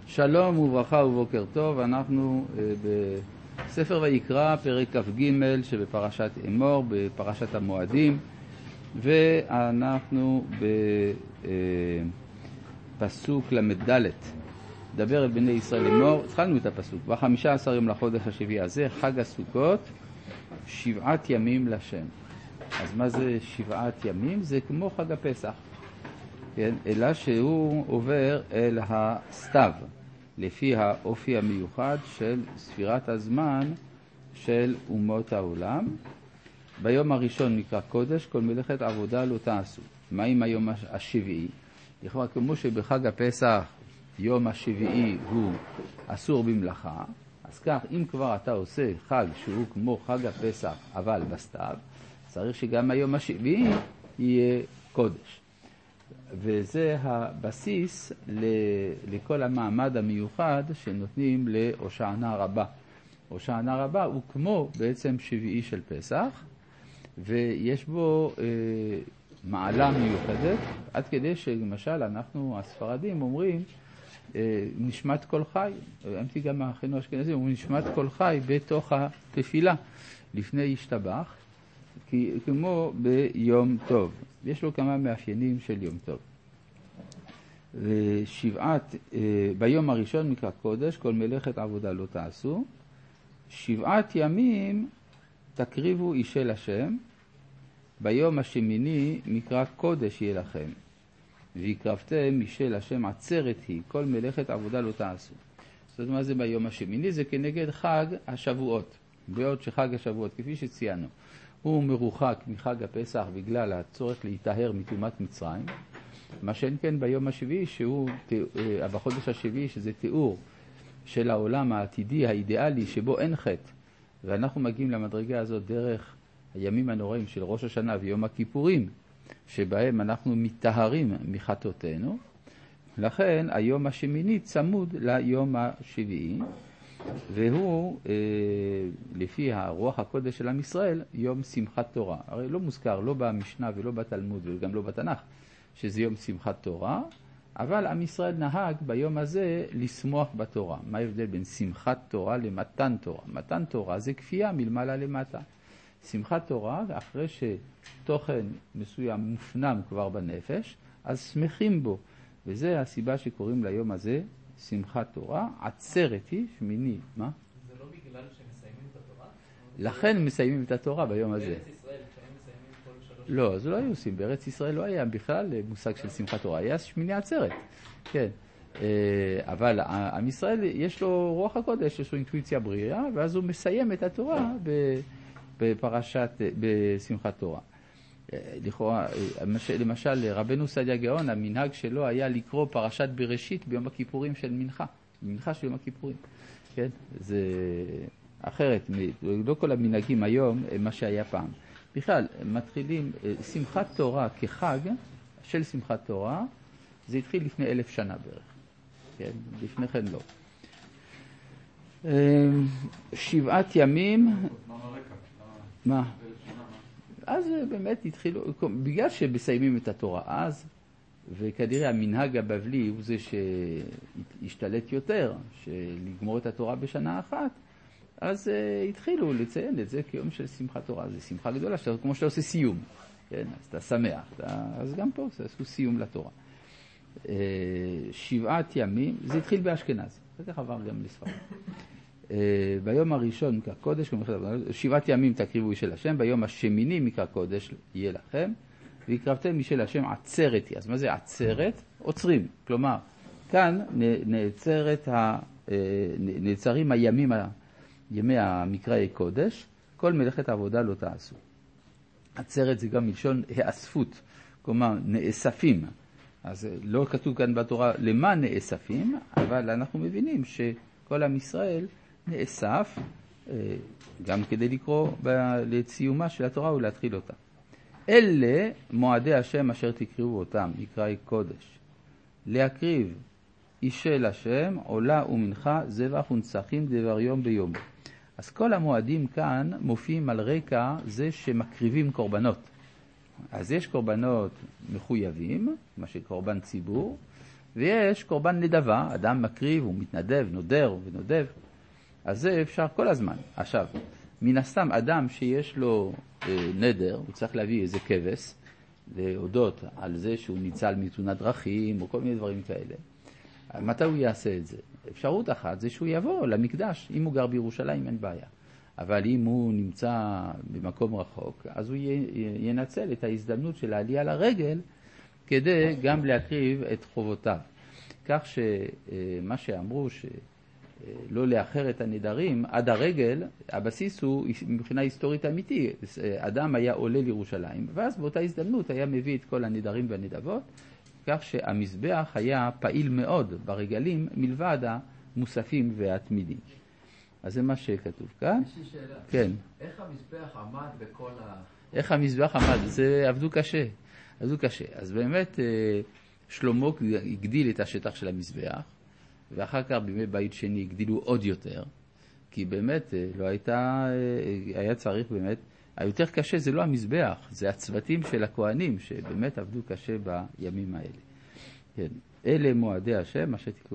שלום וברכה ובוקר טוב, אנחנו בספר ויקרא, פרק כ"ג שבפרשת אמור, בפרשת המועדים, ואנחנו בפסוק למד. דבר אל בני ישראל אמור, התחלנו את הפסוק, ב-15 יום לחודש השביעי הזה, חג הסוכות, 7 ימים לשם. אז מה זה 7 ימים? זה כמו חג הפסח, כן? אלא שהוא עובר אל הסתיו, לפי האופי המיוחד של ספירת הזמן של אומות העולם. ביום הראשון נקרא קודש, כל מלאכת עבודה לא תעשו. מה עם היום השביעי? לכאורה כמו שבחג הפסח יום השביעי הוא אסור במלאכה, אז כך אם כבר אתה עושה חג שהוא כמו חג הפסח אבל בסתיו, צריך שגם היום השביעי יהיה קודש. וזה הבסיס לכל המעמד המיוחד שנותנים להושענא רבה. הושענא רבה הוא כמו בעצם שביעי של פסח, ויש בו מעלה מיוחדת, עד כדי שלמשל אנחנו הספרדים אומרים נשמת כל חי, אמתי גם האחינו האשכנזים אומרים נשמת כל חי בתוך התפילה לפני ישתבח, כמו ביום טוב. יש לו כמה מאפיינים של יום טוב. ביום הראשון מקרא קודש, כל מלאכת עבודה לא תעשו. 7 ימים תקריבו אישי לשם. ביום השמיני מקרא קודש יהיה לכם. ויקרבתם אישי לשם עצרת היא, כל מלאכת עבודה לא תעשו. זאת אומרת, מה זה ביום השמיני? זה כנגד חג השבועות. בעוד שחג השבועות, כפי שציינו, הוא מרוחק מחג הפסח בגלל הצורך להיטהר מטומאת מצרים. מה שאין כן ביום השביעי, שהוא בחודש השביעי, שזה תיאור של העולם העתידי האידיאלי שבו אין חטא, ואנחנו מגיעים למדרגה הזאת דרך הימים הנוראים של ראש השנה ויום הכיפורים, שבהם אנחנו מטהרים מחטאותינו. לכן היום השמיני צמוד ליום השביעי, והוא לפי הרוח הקודש של עם ישראל יום שמחת תורה. הרי לא מוזכר לא במשנה ולא בתלמוד וגם לא בתנ"ך שזה יום שמחת תורה, אבל עם ישראל נהג ביום הזה לשמוח בתורה. מה ההבדל בין שמחת תורה למתן תורה? מתן תורה זה כפייה מלמעלה למטה. שמחת תורה, אחרי שתוכן מסוים מופנם כבר בנפש, אז שמחים בו, וזה הסיבה שקוראים ליום הזה שמחת תורה. עצרת היא שמיני. מה? זה לא בגלל שמסיימים את התורה? לכן מסיימים את התורה ביום הזה. בארץ ישראל, כשהם מסיימים כל 3 לא, זה לא היו עושים. בארץ ישראל לא היה בכלל מושג של שמחת תורה, היה שמיני עצרת. כן. אבל עם ישראל יש לו רוח הקודש, יש לו אינטואיציה בריאה, ואז הוא מסיים את התורה בשמחת תורה. לכאורה, למשל, רבנו סעדיה גאון, המנהג שלו היה לקרוא פרשת בראשית ביום הכיפורים של מנחה של יום הכיפורים. כן? זה אחרת, לא כל המנהגים היום הם מה שהיה פעם. בכלל, מתחילים, שמחת תורה כחג של שמחת תורה, זה התחיל לפני 1000 שנה בערך. כן? לפני כן לא. 7 ימים... מה? אז באמת התחילו, בגלל שבסיימים את התורה אז, וכנראה המנהג הבבלי הוא זה שהשתלט יותר, שלגמור את התורה בשנה אחת, אז התחילו לציין את זה כיום של שמחת תורה. זה שמחה גדולה, כמו שאתה עושה סיום, כן? אז אתה שמח, אז גם פה עשו סיום לתורה. 7 ימים, זה התחיל באשכנז, זה כך עבר גם לספרד. ביום הראשון מקרא קודש, 7 ימים תקריבו אישי לשם, ביום השמיני מקרא קודש יהיה לכם, ויקרבתם אישי לשם עצרת היא. אז מה זה עצרת? עוצרים. כלומר, כאן נעצרים ימי המקראי קודש, כל מלאכת העבודה לא תעשו. עצרת זה גם מלשון האספות, כלומר נאספים. אז לא כתוב כאן בתורה למה נאספים, אבל אנחנו מבינים שכל עם ישראל נאסף, גם כדי לקרוא לסיומה של התורה ולהתחיל אותה. אלה מועדי השם אשר תקראו אותם, מקראי קודש. להקריב אישי לשם, עולה ומנחה, זבח ונצחים דבר יום ביום. אז כל המועדים כאן מופיעים על רקע זה שמקריבים קורבנות. אז יש קורבנות מחויבים, מה שקורבן ציבור, ויש קורבן נדבה, אדם מקריב, הוא מתנדב, נודר ונודב, אז זה אפשר כל הזמן. עכשיו, מן הסתם אדם שיש לו נדר, הוא צריך להביא איזה כבש, להודות על זה שהוא ניצל מתאונת דרכים או כל מיני דברים כאלה. מתי הוא יעשה את זה? אפשרות אחת זה שהוא יבוא למקדש, אם הוא גר בירושלים אין בעיה. אבל אם הוא נמצא במקום רחוק, אז הוא ינצל את ההזדמנות של העלייה לרגל כדי גם להקריב את חובותיו. כך שמה שאמרו שלא לאחר את הנדרים עד הרגל, הבסיס הוא מבחינה היסטורית אמיתי. אדם היה עולה לירושלים, ואז באותה הזדמנות היה מביא את כל הנדרים והנדבות, כך שהמזבח היה פעיל מאוד ברגלים מלבד המוספים והתמידים. אז זה מה שכתוב כאן. יש לי שאלה. כן. איך המזבח עמד בכל איך המזבח עמד? זה עבדו קשה. עבדו קשה. אז באמת שלמה הגדיל את השטח של המזבח, ואחר כך בימי בית שני הגדילו עוד יותר, כי באמת לא היה צריך באמת, היותר קשה זה לא המזבח, זה הצוותים של הכהנים שבאמת עבדו קשה בימים האלה. כן. אלה מועדי השם,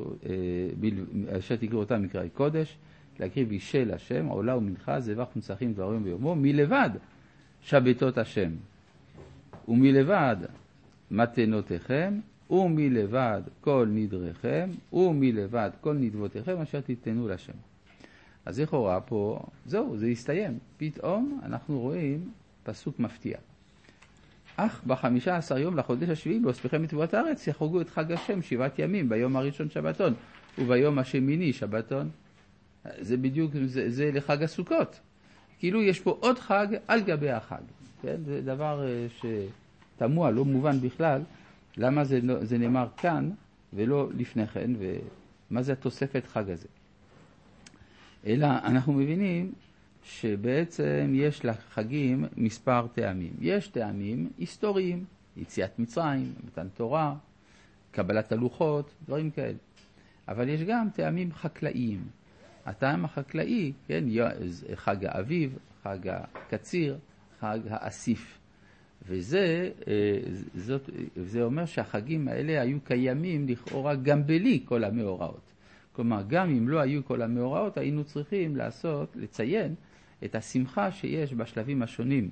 אשר תקראו אותם מקראי קודש, להקריב אישי לשם, עולה ומנחה, זבח ונצחים דברים ביומו, מלבד שבתות השם, ומלבד מתנותיכם, ומלבד כל נדריכם, ומלבד כל נדבותיכם, אשר תיתנו לשם. אז לכאורה פה, זהו, זה הסתיים. פתאום אנחנו רואים פסוק מפתיע. אך ב-15 יום לחודש השביעי, באוספכם מטבעות הארץ, יחוגו את חג השם 7 ימים, ביום הראשון שבתון, וביום השמיני שבתון. זה בדיוק, זה לחג הסוכות. כאילו יש פה עוד חג על גבי החג. כן? זה דבר שתמוה, לא מובן בכלל, למה זה נאמר כאן ולא לפני כן, ומה זה התוספת חג הזה. אלא אנחנו מבינים שבעצם יש לחגים מספר טעמים. יש טעמים היסטוריים, יציאת מצרים, מתן תורה, קבלת הלוחות, דברים כאלה. אבל יש גם טעמים חקלאיים. הטעם החקלאי, כן, חג האביב, חג הקציר, חג האסיף. וזה אומר שהחגים האלה היו קיימים לכאורה גם בלי כל המאורעות. כלומר, גם אם לא היו כל המאורעות, היינו צריכים לציין את השמחה שיש בשלבים השונים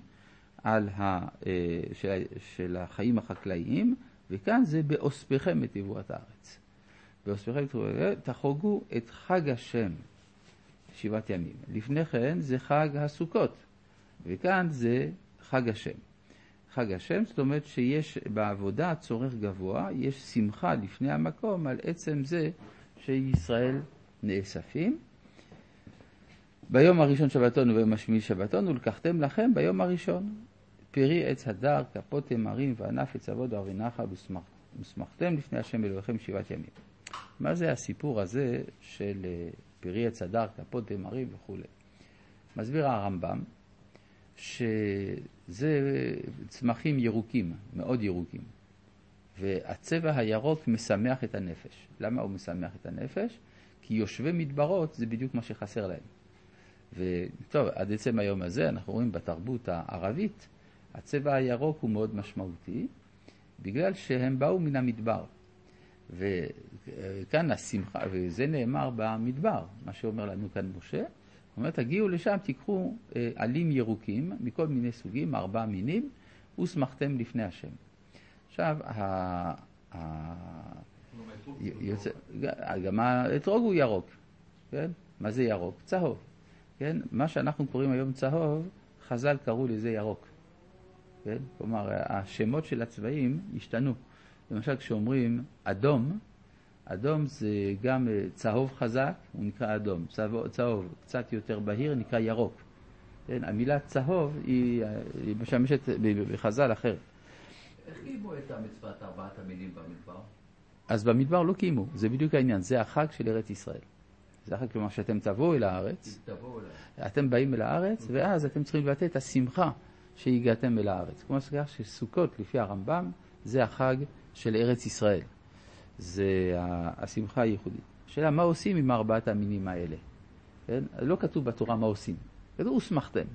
של החיים החקלאיים, וכאן זה באוספכם את תבואת הארץ. באוספכם תחוגו את חג השם 7 ימים. לפני כן זה חג הסוכות, וכאן זה חג השם. חג השם, זאת אומרת שיש בעבודה צורך גבוה, יש שמחה לפני המקום על עצם זה שישראל נאספים. ביום הראשון שבתון וביום השמיני שבתון, ולקחתם לכם ביום הראשון פרי עץ הדר, כפות תמרים וענף עץ אבוד וערבי נחל, ושמחתם לפני השם אלוהיכם 7 ימים. מה זה הסיפור הזה של פרי עץ הדר, כפות תמרים וכו'? מסביר הרמב"ם שזה צמחים ירוקים, מאוד ירוקים. והצבע הירוק משמח את הנפש. למה הוא משמח את הנפש? כי יושבי מדברות זה בדיוק מה שחסר להם. וטוב, עד עצם היום הזה אנחנו רואים בתרבות הערבית, הצבע הירוק הוא מאוד משמעותי, בגלל שהם באו מן המדבר. וכאן השמחה, וזה נאמר במדבר, מה שאומר לנו כאן משה, הוא אומר, תגיעו לשם, תיקחו עלים ירוקים מכל מיני סוגים, 4 מינים, ושמחתם לפני השם. עכשיו, גם האתרוג הוא ירוק, כן? מה זה ירוק? צהוב, כן? מה שאנחנו קוראים היום צהוב, חז"ל קראו לזה ירוק, כן? כלומר, השמות של הצבעים השתנו. למשל, כשאומרים אדום, אדום זה גם צהוב חזק, הוא נקרא אדום. צהוב קצת יותר בהיר נקרא ירוק. כן? המילה צהוב היא משמשת בחז"ל אחרת. איך קיימו את המצוות 4 המינים במדבר? אז במדבר לא קיימו, זה בדיוק העניין, זה החג של ארץ ישראל. זה החג, כלומר שאתם תבואו אל הארץ, אתם באים אל הארץ, ואז אתם צריכים לבטא את השמחה שהגעתם אל הארץ. כמו שסוכות, לפי הרמב"ם, זה החג של ארץ ישראל. זה השמחה הייחודית. השאלה, מה עושים עם 4 המינים האלה? כן? לא כתוב בתורה מה עושים. כתוב, ושמחתם.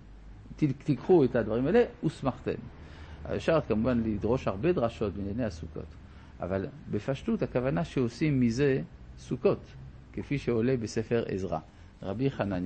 תיקחו את הדברים האלה, ושמחתם. אפשר כמובן לדרוש הרבה דרשות בענייני הסוכות. אבל בפשטות הכוונה שעושים מזה סוכות, כפי שעולה בספר עזרא. רבי חנניה